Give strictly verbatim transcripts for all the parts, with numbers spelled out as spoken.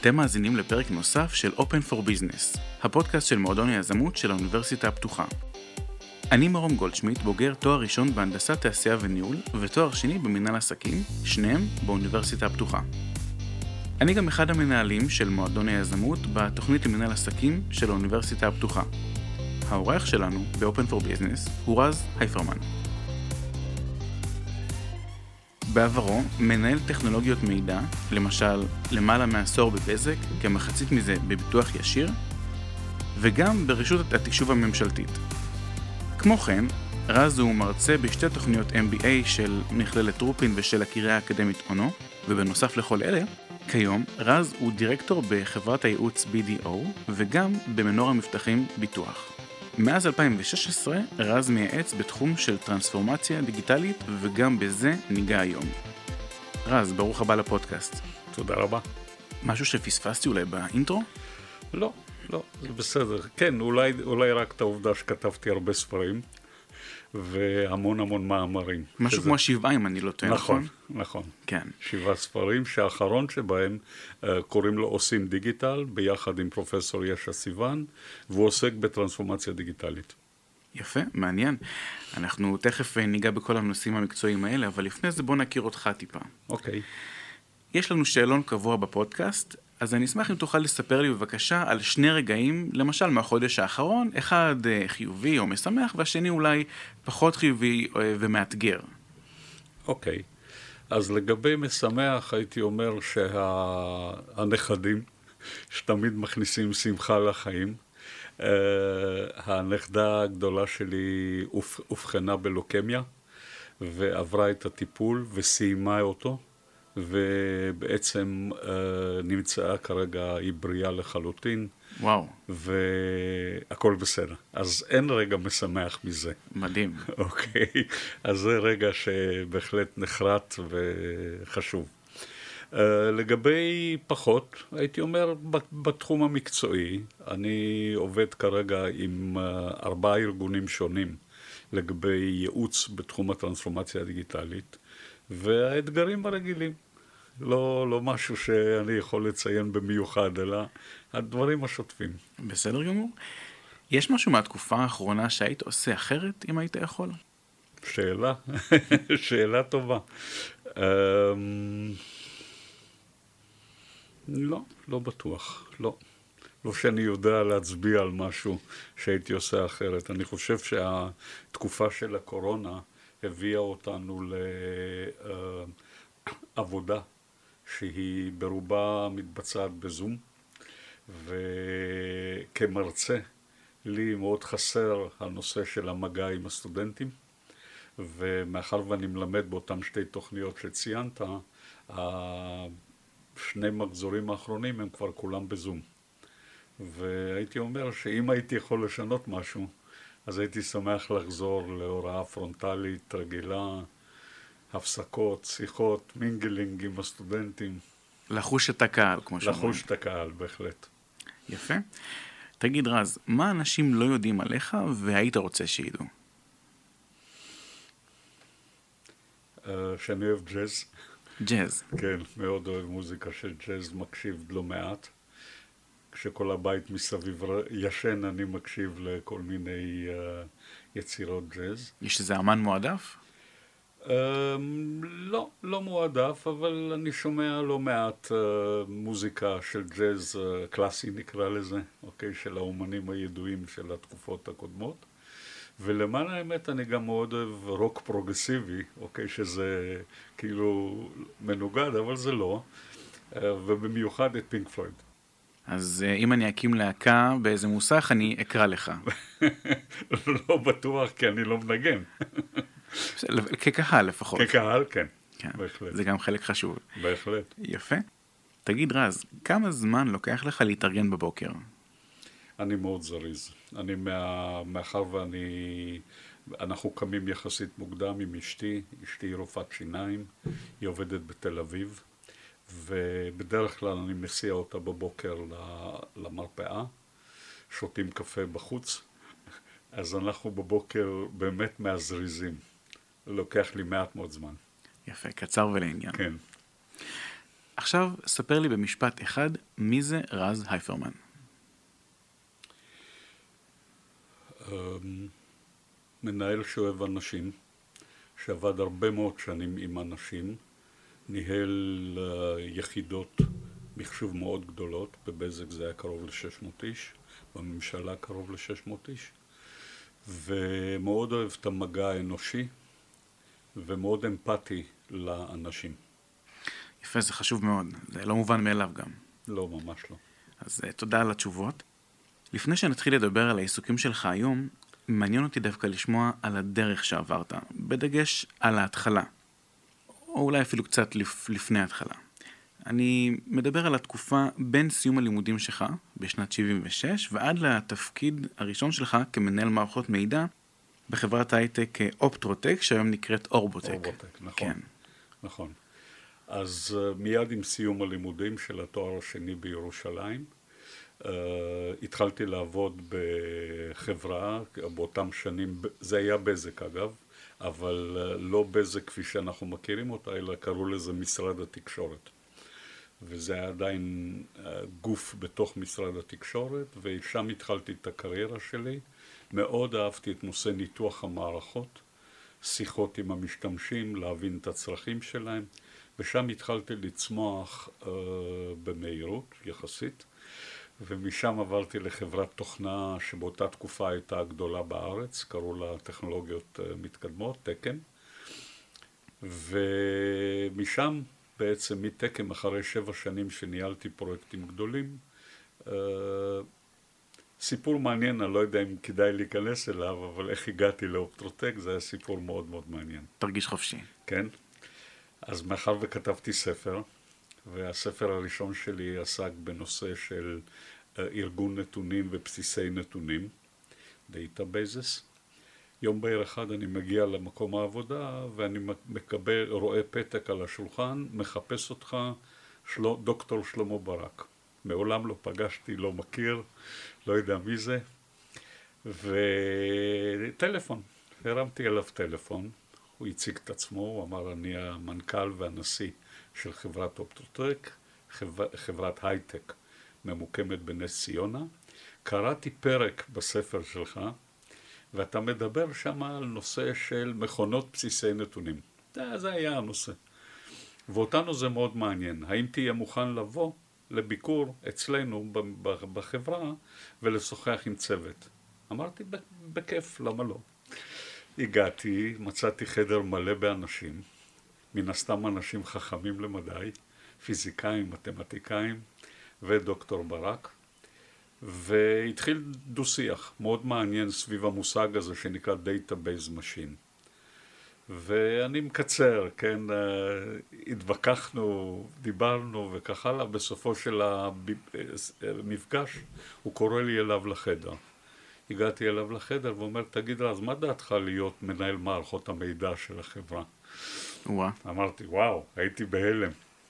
אתם מאזינים לפרק נוסף של Open for Business, הפודקאסט של מועדון היזמות של האוניברסיטה הפתוחה. אני מרום גולדשמיט, בוגר תואר ראשון בהנדסת תעשייה וניהול, ותואר שני במנהל עסקים, שניהם באוניברסיטה הפתוחה. אני גם אחד המנהלים של מועדון היזמות בתוכנית למנהל עסקים של האוניברסיטה הפתוחה. האורח שלנו ב-Open for Business הוא רז הייפרמן. בעברו מנהל טכנולוגיות מידע, למשל למעלה מעשור בבזק, כמחצית מזה בביטוח ישיר, וגם ברשות התקשוב הממשלתית. כמו כן, רז הוא מרצה בשתי תוכניות אם בי איי של מכללת רופין ושל הקריה האקדמית אונו, ובנוסף לכל אלה, כיום רז הוא דירקטור בחברת הייעוץ בי די או וגם במנור המבטחים ביטוח. מאז אלפיים ושש עשרה רז מייעץ בתחום של טרנספורמציה דיגיטלית וגם בזה ניגע היום. רז, ברוך הבא לפודקאסט. תודה רבה. משהו שפספסתי אולי באינטרו? לא, לא, זה בסדר. כן, אולי, אולי רק את העובדה שכתבתי הרבה ספרים והמון המון מאמרים. משהו שזה... כמו שבעה אם אני לא טועה, נכון? נכון, נכון. כן. שבעה ספרים שהאחרון שבהם uh, קוראים לו עושים דיגיטל, ביחד עם פרופסור ישע סיוון, והוא עוסק בטרנספורמציה דיגיטלית. יפה, מעניין. אנחנו תכף ניגע בכל הנושאים המקצועיים האלה, אבל לפני זה בוא נכיר אותך טיפה. אוקיי. יש לנו שאלון קבוע בפודקאסט, אז אני אשמח אם תוכל לספר לי בבקשה על שני רגעים, למשל מהחודש האחרון, אחד חיובי או משמח, והשני אולי פחות חיובי ומאתגר. אוקיי. אז לגבי משמח הייתי אומר שהנכדים, שתמיד מכניסים שמחה לחיים, Uh, הנכדה הגדולה שלי הובחנה בלוקמיה ועברה את הטיפול וסיימה אותו ובעצם uh, נמצאה כרגע היא בריאה לחלוטין. וואו. והכל בסדר. אז אין רגע משמח מזה. מדהים. אוקיי. אז זה רגע שבהחלט נחרט וחשוב. Uh, לגבי פחות, הייתי אומר, בתחום המקצועי, אני עובד כרגע עם uh, ארבעה ארגונים שונים לגבי ייעוץ בתחום הטרנספורמציה הדיגיטלית, והאתגרים הרגילים, לא, לא משהו שאני יכול לציין במיוחד, אלא הדברים השוטפים. בסדר גמור. יש משהו מהתקופה האחרונה שהיית עושה אחרת, אם היית יכול? שאלה, שאלה טובה. Um, לא, לא בטוח, לא. לא שאני יודע להצביע על משהו שהייתי עושה אחרת. אני חושב שהתקופה של הקורונה הביאה אותנו לעבודה שהיא ברובה מתבצעת בזום, וכמרצה לי מאוד חסר הנושא של המגע עם הסטודנטים, ומאחר ואני מלמד באותם שתי תוכניות שציינת, שני מחזורים האחרונים הם כבר כולם בזום. והייתי אומר שאם הייתי יכול לשנות משהו, אז הייתי שמח לחזור להוראה פרונטלית, רגילה, הפסקות, שיחות, מינגלינג עם הסטודנטים. לחוש את הקהל, כמו שאומרים. לחוש את הקהל, בהחלט. יפה. תגיד רז, מה אנשים לא יודעים עליך והיית רוצה שידעו? Uh, שאני אוהב ג'אז. ג'אז. כן, מאוד אוהב מוזיקה של ג'אז, מקשיב לא מעט. כשכל הבית מסביב ישן, אני מקשיב לכל מיני uh, יצירות ג'אז. יש איזה אמן מועדף? Um, לא, לא מועדף, אבל אני שומע לא מעט uh, מוזיקה של ג'אז uh, קלאסי נקרא לזה, אוקיי, של האומנים הידועים של התקופות הקודמות. ולמען האמת אני גם מאוד אוהב רוק פרוגרסיבי, אוקיי, שזה כאילו מנוגד, אבל זה לא, ובמיוחד את פינק פלויד. אז אם אני אקים להקה באיזה מוסך, אני אקרא לך. לא בטוח, כי אני לא מנגן. כקהל לפחות. כקהל, כן. כן. בהחלט. זה גם חלק חשוב. בהחלט. יפה. תגיד רז, כמה זמן לוקח לך להתארגן בבוקר? אני מאוד זריז. אני מה, מאחר ואני, אנחנו קמים יחסית מוקדם עם אשתי, אשתי היא רופאת שיניים, היא עובדת בתל אביב, ובדרך כלל אני מסיע אותה בבוקר למרפאה, שותים קפה בחוץ, אז אנחנו בבוקר באמת מהזריזים. לוקח לי מעט מאוד זמן. יפה, קצר ולעניין. כן. עכשיו, ספר לי במשפט אחד, מי זה רז הייפרמן? מנהל שאוהב אנשים, שעבד הרבה מאוד שנים עם אנשים, ניהל יחידות מחשוב מאוד גדולות, בבזק זה היה קרוב ל-שש מאות איש, בממשלה קרוב ל-שש מאות איש, ומאוד אוהב את המגע האנושי, ומאוד אמפתי לאנשים. יפה, זה חשוב מאוד, זה לא מובן מאליו גם. לא, ממש לא. אז תודה על התשובות. לפני שנתחיל לדבר על העיסוקים שלך היום, מעניין אותי דווקא לשמוע על הדרך שעברת, בדגש על ההתחלה, או אולי אפילו קצת לפ... לפני ההתחלה. אני מדבר על התקופה בין סיום הלימודים שלך, בשנת שבעים ושש, ועד לתפקיד הראשון שלך כמנהל מערכות מידע, בחברת הייטק אופטרוטק, שהיום נקראת אורבוטק. אורבוטק, נכון. כן. נכון. אז uh, מיד עם סיום הלימודים של התואר השני בירושלים, uh, התחלתי לעבוד בחברה, באותם שנים, זה היה בזק אגב, אבל uh, לא בזק כפי שאנחנו מכירים אותה, אלא קראו לזה משרד התקשורת. וזה היה עדיין uh, גוף בתוך משרד התקשורת, ושם התחלתי את הקריירה שלי. מאוד אהבתי את נושא ניתוח המערכות, שיחות עם המשתמשים, להבין את הצרכים שלהם, ושם התחלתי לצמוח uh, במהירות יחסית, ומשם עברתי לחברת תוכנה שבאותה תקופה הייתה הגדולה בארץ, קראו לה טכנולוגיות uh, מתקדמות, תקם, ומשם בעצם מתקם אחרי שבע שנים שניהלתי פרויקטים גדולים, uh, סיפור מעניין, אני לא יודע אם כדאי להיכנס אליו, אבל איך הגעתי לאופטרוטק, זה היה סיפור מאוד מאוד מעניין. תרגיש חופשי. כן. אז מאחר וכתבתי ספר, והספר הראשון שלי עסק בנושא של ארגון נתונים ובסיסי נתונים, דאטאבייזס. יום בהיר אחד אני מגיע למקום העבודה, ואני מקבל, רואה פתק על השולחן, מחפש אותך, של... דוקטור שלמה ברק. מעולם לא פגשתי, לא מכיר, לא יודע מי זה. וטלפון, הרמתי אליו טלפון, הוא הציג את עצמו, הוא אמר, אני המנכ"ל והנשיא של חברת אופטרוטק, חבר... חברת הייטק ממוקמת בנס ציונה. קראתי פרק בספר שלך, ואתה מדבר שם על נושא של מכונות בסיסי נתונים. זה, זה היה הנושא. ואותנו זה מאוד מעניין. האם תהיה מוכן לבוא לביקור אצלנו בחברה ולשוחח עם צוות? אמרתי, בכיף, למה לא? הגעתי, מצאתי חדר מלא באנשים, מן הסתם אנשים חכמים למדי, פיזיקאים, מתמטיקאים ודוקטור ברק, והתחיל דו-שיח מאוד מעניין סביב המושג הזה שנקרא Database Machine. ואני מקצר, כן, התווכחנו, דיברנו וכך הלאה, בסופו של המפגש הוא קורא לי אליו לחדר. הגעתי אליו לחדר ואומר, תגיד רז, מה דעתך להיות מנהל מערכות המידע של החברה? וואו. אמרתי, וואו, הייתי בהלם.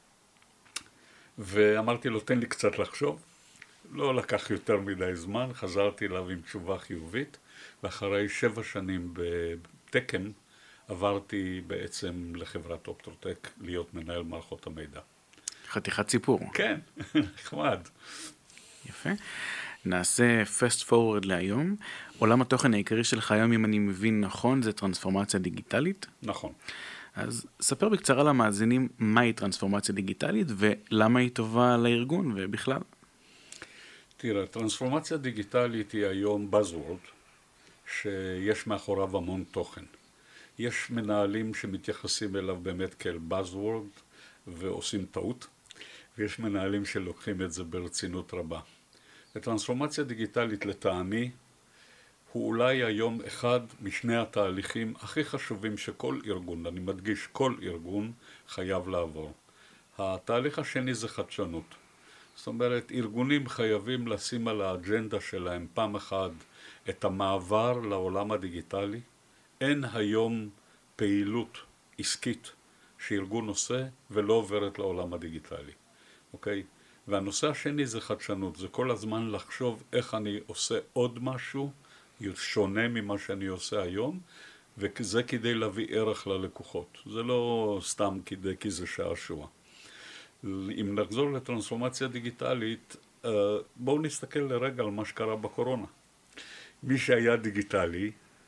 ואמרתי לו, תן לי קצת לחשוב. לא לקח יותר מדי זמן, חזרתי אליו עם תשובה חיובית, ואחרי שבע שנים בתקם, עברתי בעצם לחברת אופטרוטק להיות מנהל מערכות המידע. חתיכת סיפור. כן, נחמד. יפה. נעשה fast forward להיום. עולם התוכן העיקרי שלך היום, אם אני מבין נכון, זה טרנספורמציה דיגיטלית. נכון. אז ספר בקצרה למאזינים מהי טרנספורמציה דיגיטלית ולמה היא טובה לארגון ובכלל. תראה, טרנספורמציה דיגיטלית היא היום buzzword, שיש מאחוריו המון תוכן. יש מנהלים שמתייחסים אליו באמת כאל buzzword ועושים טעות, ויש מנהלים שלוקחים את זה ברצינות רבה. הטרנספורמציה דיגיטלית לטעמי הוא אולי היום אחד משני התהליכים הכי חשובים שכל ארגון, אני מדגיש כל ארגון, חייב לעבור. התהליך השני זה חדשנות. זאת אומרת, ארגונים חייבים לשים על האג'נדה שלהם פעם אחת את המעבר לעולם הדיגיטלי. אין היום פעילות עסקית שארגון עושה ולא עוברת לעולם הדיגיטלי. אוקיי? והנושא השני זה חדשנות, זה כל הזמן לחשוב איך אני עושה עוד משהו שונה ממה שאני עושה היום, וזה כדי להביא ערך ללקוחות. זה לא סתם כדי כי זה שעשוע. אם נחזור לטרנספורמציה דיגיטלית, בואו נסתכל לרגע על מה שקרה בקורונה. מי שהיה דיגיטלי,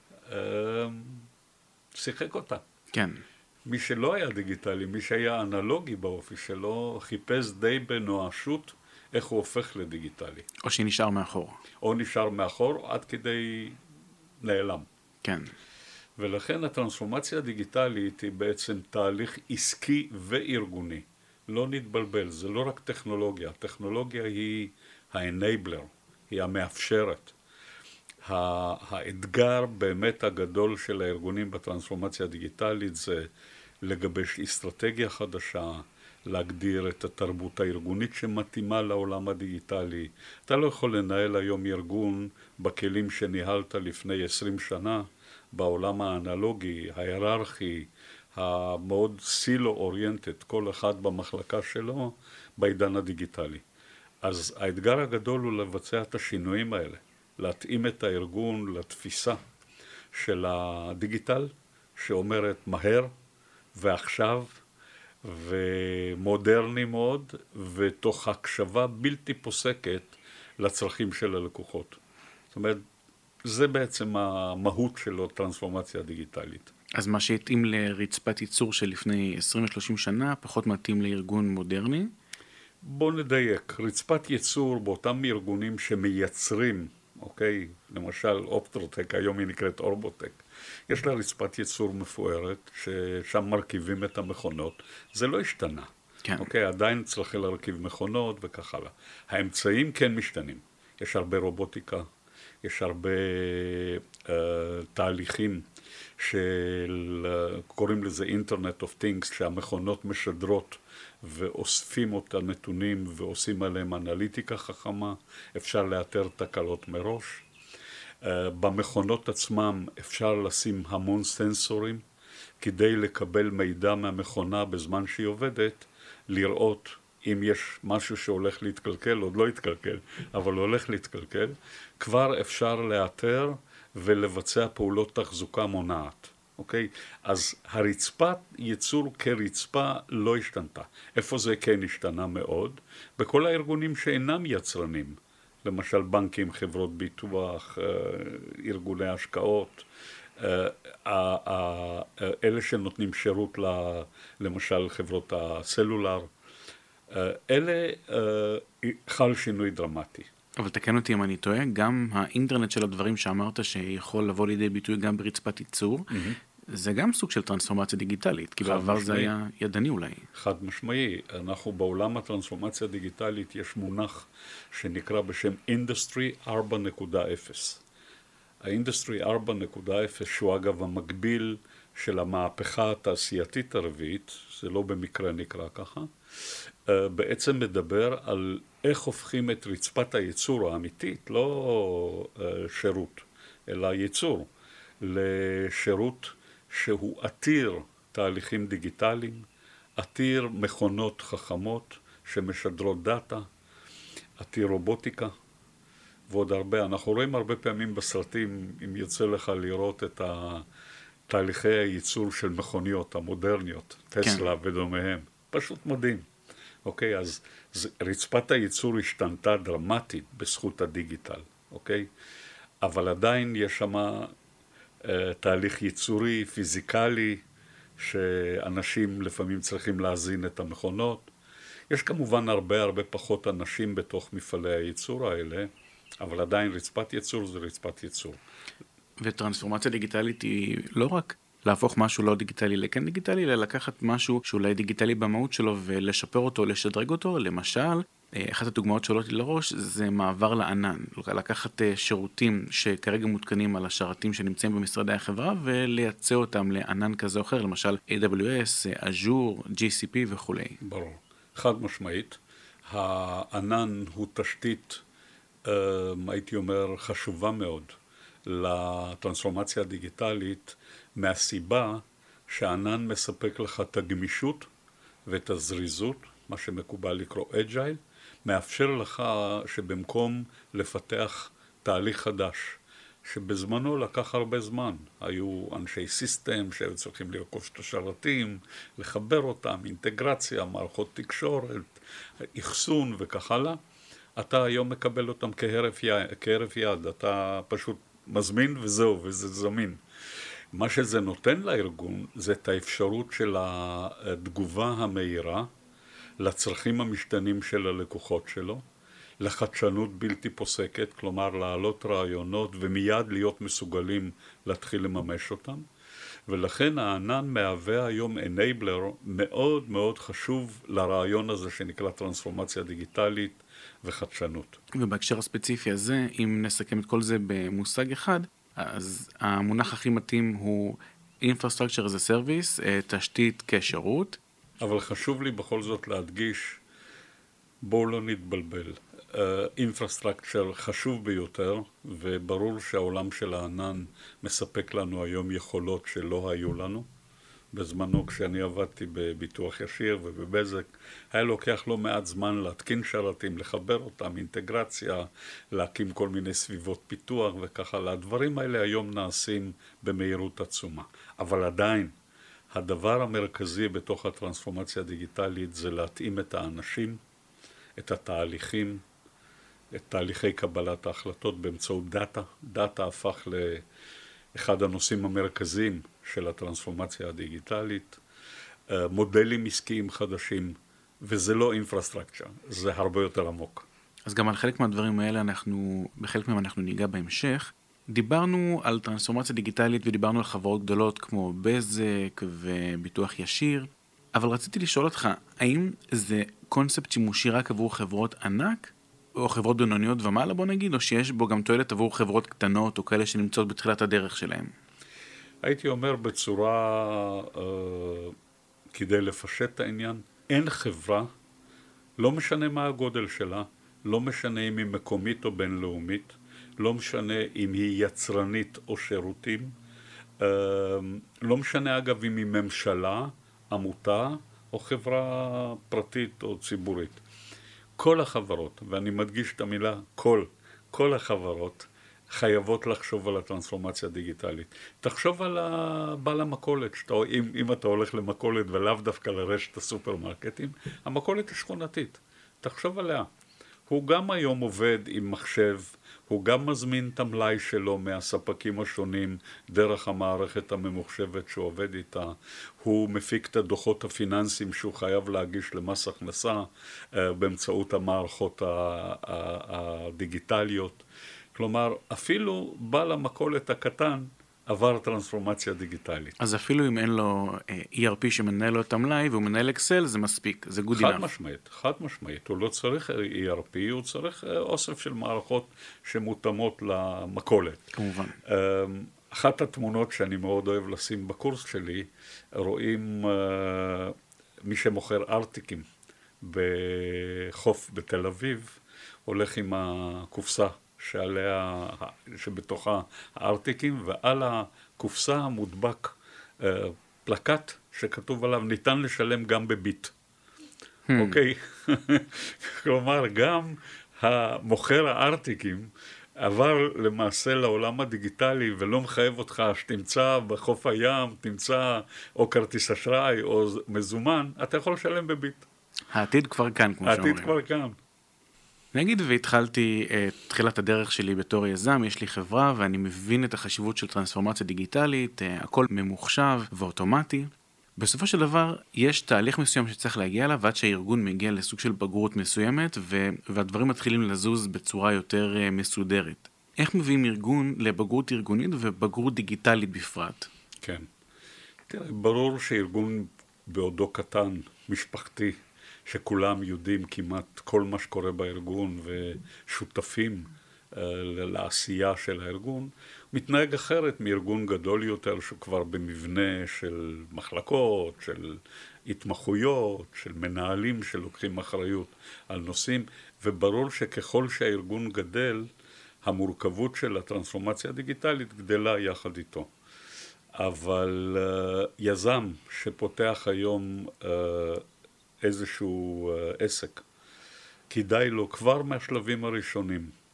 שיחק אותה. כן. מי שלא היה דיגיטלי, מי שהיה אנלוגי באופי שלו, חיפש די בנואשות איך הוא הופך לדיגיטלי. או שנשאר מאחור. או נשאר מאחור עד כדי נעלם. כן. ולכן הטרנספורמציה הדיגיטלית היא בעצם תהליך עסקי וארגוני. לא נתבלבל, זה לא רק טכנולוגיה. הטכנולוגיה היא האנבלר, היא המאפשרת. האתגר באמת הגדול של הארגונים בטרנספורמציה הדיגיטלית זה לגבש אסטרטגיה חדשה, להגדיר את התרבות הארגונית שמתאימה לעולם הדיגיטלי. אתה לא יכול לנהל היום ארגון בכלים שניהלת לפני עשרים שנה, בעולם האנלוגי, ההיררכי, המאוד סילו אוריינטד, כל אחד במחלקה שלו, בעידן הדיגיטלי. אז האתגר הגדול הוא לבצע את השינויים האלה, להתאים את הארגון לתפיסה של הדיגיטל, שאומרת מהר ועכשיו, ומודרני מאוד, ותוך הקשבה בלתי פוסקת לצרכים של הלקוחות. זאת אומרת, זה בעצם המהות של הטרנספורמציה הדיגיטלית. אז מה שהתאים לרצפת ייצור של לפני עשרים ושלושים שנה, פחות מתאים לארגון מודרני? בוא נדייק, רצפת ייצור באותם ארגונים שמייצרים, אוקיי, למשל אופטרוטק, היום היא נקראת אורבוטק, יש לה רצפת ייצור מפוארת, ששם מרכיבים את המכונות, זה לא השתנה. כן. אוקיי, עדיין צריך להרכיב מכונות וכך הלאה. האמצעים כן משתנים, יש הרבה רובוטיקה, יש הרבה uh, תהליכים של, uh, קוראים לזה אינטרנט אוף טינגס, שהמכונות משדרות ואוספים את הנתונים ועושים עליהם אנליטיקה חכמה, אפשר לאתר תקלות מראש. Uh, במכונות עצמם אפשר לשים המון סנסורים, כדי לקבל מידע מהמכונה בזמן שהיא עובדת, לראות אם יש משהו שהולך להתקלקל, עוד לא יתקלקל, אבל הולך להתקלקל, כבר אפשר לאתר ולבצע פעולות תחזוקה מונעת. אוקיי? אז הרצפת ייצור כרצפה לא השתנתה. איפה זה כן השתנה מאוד? בכל הארגונים שאינם יצרנים. למשל בנקים, חברות ביטוח, ארגוני השקעות, אלה שנותנים שירות למשל חברות הסלולר, אלה חל שינוי דרמטי. אבל תקן אותי אם אני טועה, גם האינטרנט של הדברים שאמרת שיכול לבוא לידי ביטוי גם ברצפת ייצור, mm-hmm. זה גם סוג של טרנספורמציה דיגיטלית, כי בעבר זה היה ידני אולי. חד משמעי, אנחנו בעולם הטרנספורמציה הדיגיטלית יש מונח שנקרא בשם Industry ארבע נקודה אפס. ה-Industry ארבע נקודה אפס שהוא אגב המקביל של המהפכה התעשייתית הרביעית, זה לא במקרה נקרא ככה, בעצם מדבר על איך הופכים את רצפת הייצור האמיתית, לא שירות, אלא ייצור, לשירות שהוא עתיר תהליכים דיגיטליים, עתיר מכונות חכמות שמשדרות דאטה, עתיר רובוטיקה, ועוד הרבה. אנחנו רואים הרבה פעמים בסרטים, אם יוצא לך לראות את תהליכי הייצור של מכוניות המודרניות, טסלה כן. ודומיהם, פשוט מדהים. אוקיי, אז רצפת הייצור השתנתה דרמטית בזכות הדיגיטל, אוקיי? אבל עדיין יש שם אה, תהליך ייצורי, פיזיקלי, שאנשים לפעמים צריכים להזין את המכונות. יש כמובן הרבה הרבה פחות אנשים בתוך מפעלי הייצור האלה, אבל עדיין רצפת ייצור זה רצפת ייצור. וטרנספורמציה דיגיטלית היא לא רק להפוך משהו לא דיגיטלי לכן דיגיטלי, אלא לקחת משהו שאולי דיגיטלי במהות שלו ולשפר אותו, לשדרג אותו. למשל, אחת הדוגמאות שעולות לי לראש זה מעבר לענן. לקחת שירותים שכרגע מותקנים על השרתים שנמצאים במשרדי החברה ולייצא אותם לענן כזה או אחר, למשל איי דאבליו אס, Azure, ג'י סי פי וכו'. ברור. חד משמעית. הענן הוא תשתית, הייתי אומר, חשובה מאוד לטרנספורמציה הדיגיטלית, מהסיבה שהענן מספק לך את הגמישות ואת הזריזות, מה שמקובל לקרוא agile, מאפשר לך שבמקום לפתח תהליך חדש שבזמנו לקח הרבה זמן. היו אנשי סיסטם שהיו צריכים לרכוש את השרתים, לחבר אותם, אינטגרציה, מערכות תקשורת, אחסון וכך הלאה. אתה היום מקבל אותם כהרף יד, כהרף יד. אתה פשוט מזמין וזהו, וזה זמין. מה שזה נותן לארגון זה את האפשרות של התגובה המהירה לצרכים המשתנים של הלקוחות שלו, לחדשנות בלתי פוסקת, כלומר להעלות רעיונות ומיד להיות מסוגלים להתחיל לממש אותם. ולכן הענן מהווה היום אנייבלר מאוד מאוד חשוב לרעיון הזה שנקרא טרנספורמציה דיגיטלית וחדשנות. ובהקשר הספציפי הזה, אם נסכם את כל זה במושג אחד, אז המונח הכי מתאים הוא Infrastructure as a Service, תשתית כשירות. אבל חשוב לי בכל זאת להדגיש, בואו לא נתבלבל. Infrastructure חשוב ביותר, וברור שהעולם של הענן מספק לנו היום יכולות שלא היו לנו. בזמנו כשאני עבדתי בביטוח ישיר ובבזק, היה לוקח לא מעט זמן להתקין שרתים, לחבר אותם, אינטגרציה, להקים כל מיני סביבות פיתוח וככה. הדברים האלה היום נעשים במהירות עצומה. אבל עדיין, הדבר המרכזי בתוך הטרנספורמציה הדיגיטלית זה להתאים את האנשים, את התהליכים, את תהליכי קבלת ההחלטות באמצעות דאטה. דאטה הפך לאחד הנושאים המרכזיים של הטרנספורמציה הדיגיטלית, מודלים עסקיים חדשים, וזה לא אינפרסטרקצ'ר, זה הרבה יותר עמוק. אז גם על חלק מהדברים האלה אנחנו, בחלק מהם אנחנו ניגע בהמשך. דיברנו על טרנספורמציה דיגיטלית ודיברנו על חברות גדולות כמו בזק וביטוח ישיר, אבל רציתי לשאול אותך, האם זה קונספט שימושי רק עבור חברות ענק, או חברות בינוניות ומעלה בוא נגיד, או שיש בו גם תועלת עבור חברות קטנות או כאלה שנמצאות בתחילת הדרך שלהם? הייתי אומר בצורה, אה, כדי לפשט את העניין, אין חברה, לא משנה מה הגודל שלה, לא משנה אם היא מקומית או בינלאומית, לא משנה אם היא יצרנית או שירותים, אה, לא משנה אגב אם היא ממשלה, עמותה או חברה פרטית או ציבורית. כל החברות, ואני מדגיש את המילה כל, כל החברות, חייבות לחשוב על הטרנספורמציה הדיגיטלית. תחשוב על בעל המכולת, שאתה, אם, אם אתה הולך למכולת ולאו דווקא לרשת הסופרמרקטים, המכולת היא שכונתית. תחשוב עליה. הוא גם היום עובד עם מחשב, הוא גם מזמין את המלאי שלו מהספקים השונים דרך המערכת הממוחשבת שהוא עובד איתה, הוא מפיק את הדוחות הפיננסיים שהוא חייב להגיש למס הכנסה באמצעות המערכות הדיגיטליות. כלומר, אפילו בעל המכולת הקטן עבר טרנספורמציה דיגיטלית. אז אפילו אם אין לו אי אר פי שמנהל לו את המלאי והוא מנהל אקסל, זה מספיק, זה good enough. חד משמעית, חד משמעית. הוא לא צריך אי אר פי, הוא צריך אוסף של מערכות שמותאמות למכולת. כמובן. אחת התמונות שאני מאוד אוהב לשים בקורס שלי, רואים מי שמוכר ארטיקים בחוף בתל אביב, הולך עם הקופסה. שעליה, שבתוכה הארטיקים, ועל הקופסה המודבק פלקט שכתוב עליו ניתן לשלם גם בביט. אוקיי? כלומר, גם המוכר הארטיקים עבר למעשה לעולם הדיגיטלי ולא מחייב אותך שתמצא בחוף הים, תמצא או כרטיס אשראי או מזומן, אתה יכול לשלם בביט. העתיד כבר כאן, כמו שאומרים. העתיד כבר כאן. נגיד והתחלתי את תחילת הדרך שלי בתור יזם, יש לי חברה ואני מבין את החשיבות של טרנספורמציה דיגיטלית, הכל ממוחשב ואוטומטי. בסופו של דבר יש תהליך מסוים שצריך להגיע אליו ועד שהארגון מגיע לסוג של בגרות מסוימת והדברים מתחילים לזוז בצורה יותר מסודרת. איך מביאים ארגון לבגרות ארגונית ובגרות דיגיטלית בפרט? כן. תראה, ברור שארגון בעודו קטן, משפחתי, שכולם יודעים כמעט כל מה שקורה בארגון ושותפים uh, לעשייה של הארגון, מתנהג אחרת מארגון גדול יותר שכבר במבנה של מחלקות, של התמחויות, של מנהלים שלוקחים אחריות על נושאים, וברור שככל שהארגון גדל, המורכבות של הטרנספורמציה הדיגיטלית גדלה יחד איתו. אבל uh, יזם שפותח היום uh, איזשהו uh, עסק, כדאי לו כבר מהשלבים הראשונים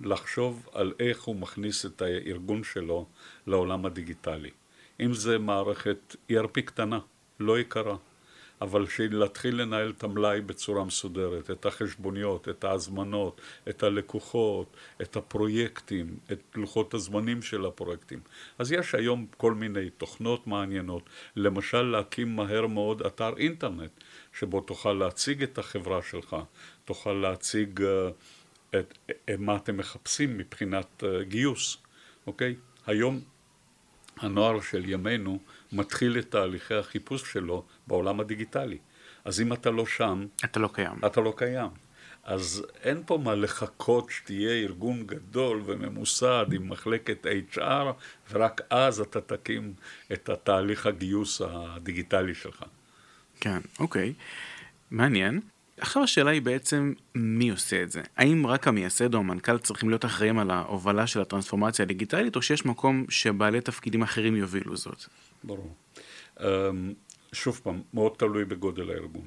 לחשוב על איך הוא מכניס את הארגון שלו לעולם הדיגיטלי. אם זה מערכת E R P קטנה, לא יקרה, אבל להתחיל לנהל את המלאי בצורה מסודרת, את החשבוניות, את ההזמנות, את הלקוחות, את הפרויקטים, את לוחות הזמנים של הפרויקטים. אז יש היום כל מיני תוכנות מעניינות, למשל להקים מהר מאוד אתר אינטרנט, שבו תוכל להציג את החברה שלך, תוכל להציג uh, את, את מה אתם מחפשים מבחינת uh, גיוס, אוקיי? היום הנוער של ימינו מתחיל את תהליכי החיפוש שלו בעולם הדיגיטלי. אז אם אתה לא שם, אתה לא קיים. אתה לא קיים. אז אין פה מה לחכות שתהיה ארגון גדול וממוסד עם מחלקת H R, ורק אז אתה תקים את התהליך הגיוס הדיגיטלי שלך. כן, אוקיי. מעניין. עכשיו השאלה היא בעצם מי עושה את זה. האם רק המייסד או המנכ"ל צריכים להיות אחראים על ההובלה של הטרנספורמציה הדיגיטלית, או שיש מקום שבעלי תפקידים אחרים יובילו זאת? ברור. שוב פעם, מאוד תלוי בגודל הארגון.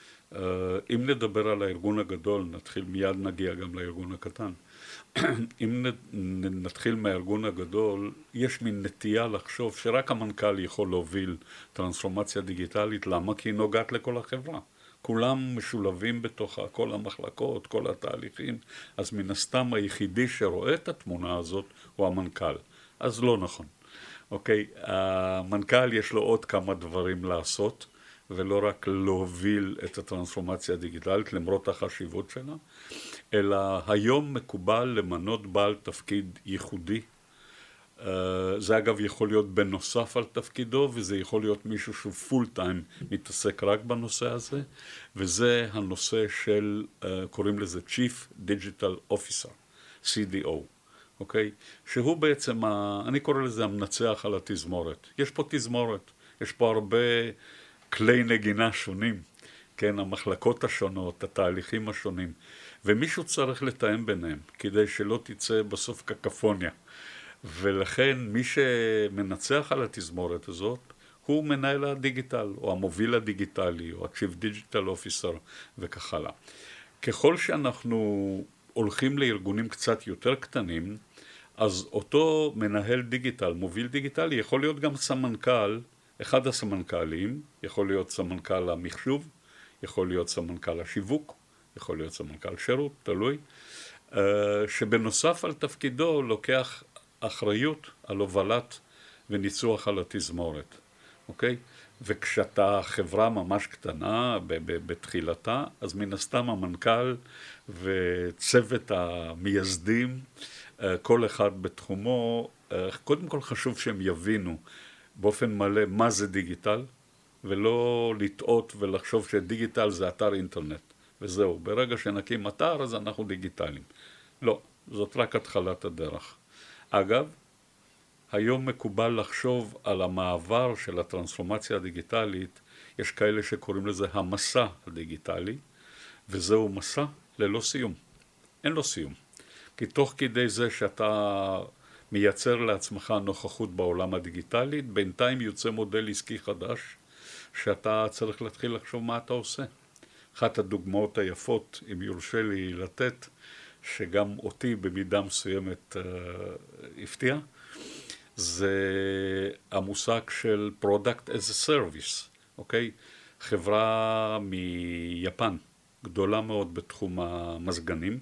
אם נדבר על הארגון הגדול, נתחיל מיד נגיע גם לארגון הקטן. אם נתחיל מהארגון הגדול, יש מין נטייה לחשוב שרק המנכ"ל יכול להוביל טרנספורמציה דיגיטלית. למה? כי היא נוגעת לכל החברה. כולם משולבים בתוכה, כל המחלקות, כל התהליכים, אז מן הסתם היחידי שרואה את התמונה הזאת הוא המנכ"ל. אז לא נכון. אוקיי, המנכ"ל יש לו עוד כמה דברים לעשות, ולא רק להוביל את הטרנספורמציה הדיגיטלית, למרות החשיבות שלה, אלא היום מקובל למנות בעל תפקיד ייחודי. זה אגב יכול להיות בנוסף על תפקידו, וזה יכול להיות מישהו שהוא פול טיים מתעסק רק בנושא הזה, וזה הנושא של, קוראים לזה Chief Digital Officer, C D O, אוקיי? שהוא בעצם, אני קורא לזה המנצח על התזמורת. יש פה תזמורת, יש פה הרבה כלי נגינה שונים, כן, המחלקות השונות, התהליכים השונים, ומישהו צריך לתאם ביניהם, כדי שלא תצא בסוף קקפוניה. ולכן מי שמנצח על התזמורת הזאת הוא מנהל הדיגיטל, או המוביל הדיגיטלי, או ה-Chief Digital Officer וכך הלאה. ככל שאנחנו הולכים לארגונים קצת יותר קטנים, אז אותו מנהל דיגיטל, מוביל דיגיטלי, יכול להיות גם סמנכ"ל, אחד הסמנכ"לים, יכול להיות סמנכ"ל המחשוב, יכול להיות סמנכ"ל השיווק, יכול להיות סמנכ"ל שירות, תלוי, שבנוסף על תפקידו לוקח אחריות על הובלת וניצוח על התזמורת, אוקיי? וכשאתה חברה ממש קטנה בתחילתה, אז מן הסתם המנכ"ל וצוות המייסדים, כל אחד בתחומו, קודם כל חשוב שהם יבינו באופן מלא מה זה דיגיטל, ולא לטעות ולחשוב שדיגיטל זה אתר אינטרנט, וזהו, ברגע שנקים אתר אז אנחנו דיגיטליים. לא, זאת רק התחלת הדרך. אגב, היום מקובל לחשוב על המעבר של הטרנספורמציה הדיגיטלית, יש כאלה שקוראים לזה המסע הדיגיטלי, וזהו מסע ללא סיום. אין לו סיום. כי תוך כדי זה שאתה מייצר לעצמך נוכחות בעולם הדיגיטלי, בינתיים יוצא מודל עסקי חדש, שאתה צריך להתחיל לחשוב מה אתה עושה. אחת הדוגמאות היפות, אם יורשה לי לתת, שגם אותי במידה מסוימת uh, הפתיע, זה המושג של Product as a Service, אוקיי? חברה מיפן, גדולה מאוד בתחום המזגנים,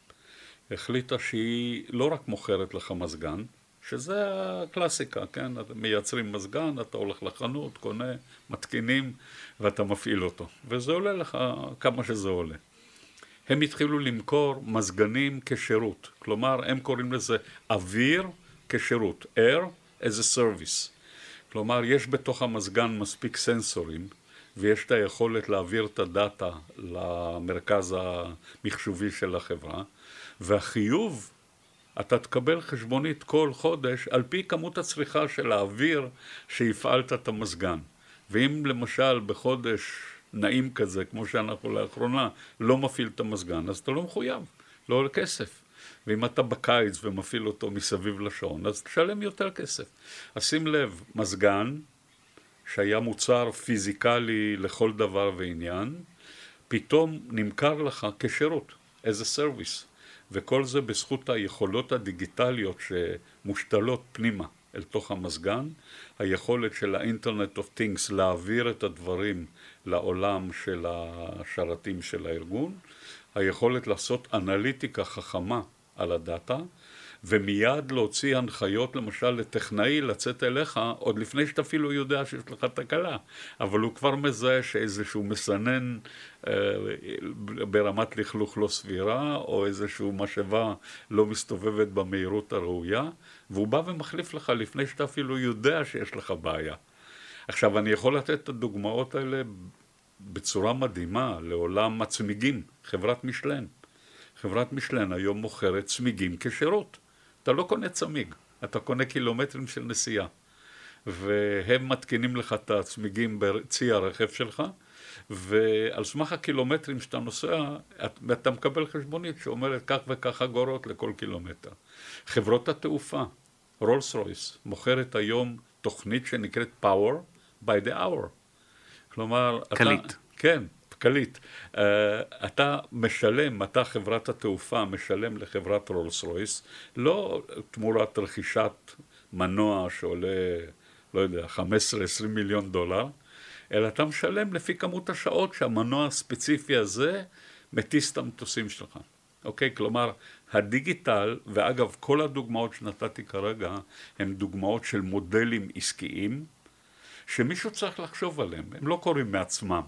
החליטה שהיא לא רק מוכרת לך מזגן, שזה הקלאסיקה, כן? מייצרים מזגן, אתה הולך לחנות, קונה, מתקינים, ואתה מפעיל אותו. וזה עולה לך כמה שזה עולה. הם התחילו למכור מזגנים כשירות. כלומר, הם קוראים לזה אוויר כשירות. Air as a service. כלומר, יש בתוך המזגן מספיק סנסורים, ויש את היכולת להעביר את הדאטה למרכז המחשובי של החברה, והחיוב, אתה תקבל חשבונית כל חודש על פי כמות הצריכה של האוויר שהפעלת את המזגן. ואם למשל בחודש נעים כזה, כמו שאנחנו לאחרונה, לא מפעיל את המזגן, אז אתה לא מחויב, לא עולה כסף. ואם אתה בקיץ ומפעיל אותו מסביב לשעון, אז תשלם יותר כסף. אז שים לב, מזגן, שהיה מוצר פיזיקלי לכל דבר ועניין, פתאום נמכר לך כשירות, as a service. וכל זה בזכות היכולות הדיגיטליות שמושתלות פנימה אל תוך המזגן, היכולת של האינטרנט אוף טינגס להעביר את הדברים לעולם של השרתים של הארגון, היכולת לעשות אנליטיקה חכמה על הדאטה, ומיד להוציא הנחיות למשל לטכנאי לצאת אליך עוד לפני שאתה אפילו יודע שיש לך תקלה, אבל הוא כבר מזהה שאיזשהו מסנן אה, ברמת לכלוך לא סבירה, או איזשהו משאבה לא מסתובבת במהירות הראויה, והוא בא ומחליף לך לפני שאתה אפילו יודע שיש לך בעיה. עכשיו אני יכול לתת את הדוגמאות האלה בצורה מדהימה לעולם הצמיגים, חברת משלן. חברת משלן היום מוכרת צמיגים כשירות. אתה לא קונה צמיג, אתה קונה קילומטרים של נסיעה. והם מתקינים לך את הצמיגים בצי הרכב שלך, ועל סמך הקילומטרים שאתה נוסע, אתה מקבל חשבונית שאומרת כך וכך אגורות לכל קילומטר. חברות התעופה, רולס רויס, מוכרת היום תוכנית שנקראת Power by the Hour. כלומר, קליט. אתה, כן, קליט. Uh, אתה משלם, אתה חברת התעופה משלם לחברת רולס רויס, לא תמורת רכישת מנוע שעולה, לא יודע, חמש עשרה עשרים מיליון דולר, אלא אתה משלם לפי כמות השעות שהמנוע הספציפי הזה מטיס את המטוסים שלך. אוקיי? כלומר, הדיגיטל, ואגב, כל הדוגמאות שנתתי כרגע, הן דוגמאות של מודלים עסקיים, שמישהו צריך לחשוב עליהם, הם לא קוראים מעצמם.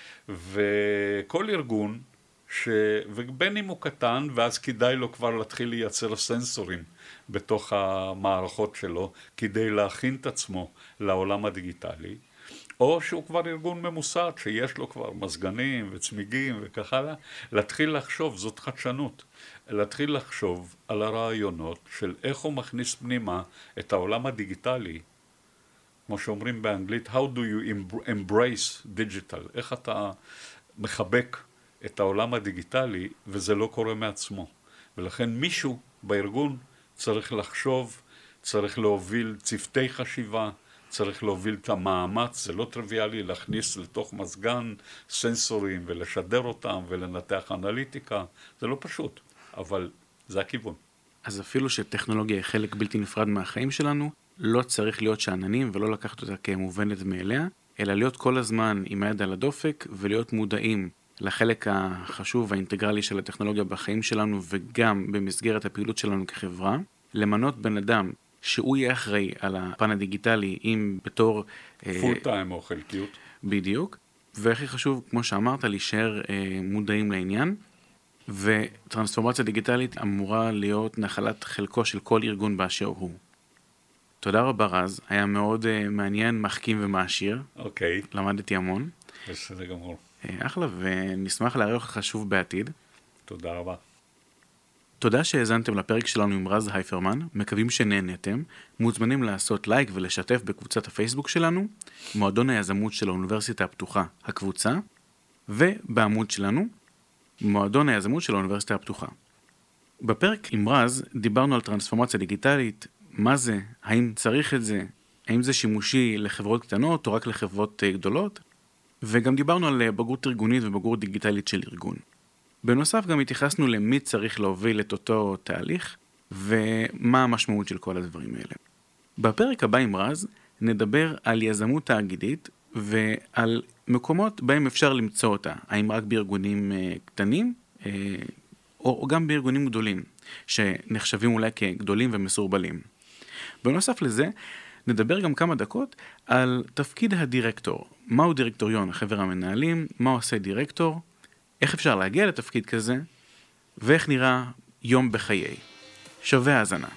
וכל ארגון, ש... ובין אם הוא קטן, ואז כדאי לו כבר להתחיל לייצר סנסורים בתוך המערכות שלו, כדי להכין את עצמו לעולם הדיגיטלי, או שהוא כבר ארגון ממוסד, שיש לו כבר מזגנים וצמיגים וכך הלאה, להתחיל לחשוב, זאת חדשנות, להתחיל לחשוב על הרעיונות של איך הוא מכניס פנימה את העולם הדיגיטלי, כמו שאומרים באנגלית, how do you embrace digital, איך אתה מחבק את העולם הדיגיטלי, וזה לא קורה מעצמו. ולכן מישהו בארגון צריך לחשוב, צריך להוביל צוותי חשיבה, צריך להוביל את המאמץ, זה לא טריוויאלי להכניס לתוך מזגן סנסורים ולשדר אותם ולנתח אנליטיקה, זה לא פשוט, אבל זה הכיוון. אז אפילו שטכנולוגיה היא חלק בלתי נפרד מהחיים שלנו, לא צריך להיות שעננים ולא לקחת אותה כמובנת מאליה, אלא להיות כל הזמן עם היד על הדופק ולהיות מודעים לחלק החשוב והאינטגרלי של הטכנולוגיה בחיים שלנו וגם במסגרת הפעילות שלנו כחברה, למנות בן אדם שהוא יהיה אחראי על הפן הדיגיטלי אם בתור... פול טיים או חלקיות. בדיוק. והכי חשוב, כמו שאמרת, להישאר אה, מודעים לעניין. וטרנספורמציה דיגיטלית אמורה להיות נחלת חלקו של כל ארגון באשר הוא. תודה רבה רז, היה מאוד uh, מעניין, מחכים ומעשיר. אוקיי. Okay. למדתי המון. בסדר גמור. Uh, אחלה, ונשמח לארח לך שוב בעתיד. תודה רבה. תודה שהאזנתם לפרק שלנו עם רז הייפרמן, מקווים שנהנתם, מוזמנים לעשות לייק ולשתף בקבוצת הפייסבוק שלנו, מועדון היזמות של האוניברסיטה הפתוחה, הקבוצה, ובעמוד שלנו, מועדון היזמות של האוניברסיטה הפתוחה. בפרק עם רז דיברנו על טרנספורמציה דיגיטלית, מה זה, האם צריך את זה, האם זה שימושי לחברות קטנות או רק לחברות גדולות, וגם דיברנו על בגרות ארגונית ובגרות דיגיטלית של ארגון. בנוסף גם התייחסנו למי צריך להוביל את אותו תהליך, ומה המשמעות של כל הדברים האלה. בפרק הבא עם רז נדבר על יזמות תאגידית, ועל מקומות בהם אפשר למצוא אותה, האם רק בארגונים קטנים, או גם בארגונים גדולים, שנחשבים אולי כגדולים ומסורבלים. בנוסף לזה, נדבר גם כמה דקות על תפקיד הדירקטור. מהו דירקטוריון, חבר המנהלים, מה עושה דירקטור, איך אפשר להגיע לתפקיד כזה, ואיך נראה יום בחיי. שווה האזנה.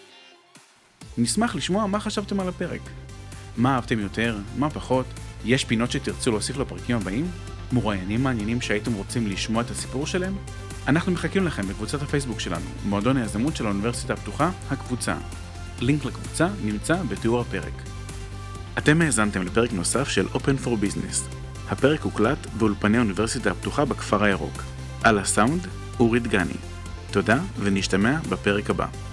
נשמח לשמוע מה חשבתם על הפרק. מה אהבתם יותר, מה פחות, יש פינות שתרצו להוסיף לפרקים הבאים, מרואיינים מעניינים שהייתם רוצים לשמוע את הסיפור שלהם, אנחנו מחכים לכם בקבוצת הפייסבוק שלנו, מועדון היזמות של האוניברסיטה הפתוחה, הקבוצה. לינק לקבוצה נמצא בתיאור הפרק. אתם האזנתם לפרק נוסף של Open for Business. הפרק הוקלט באולפני האוניברסיטה הפתוחה בכפר הירוק. על הסאונד, אורי דגני. תודה ונשתמע בפרק הבא.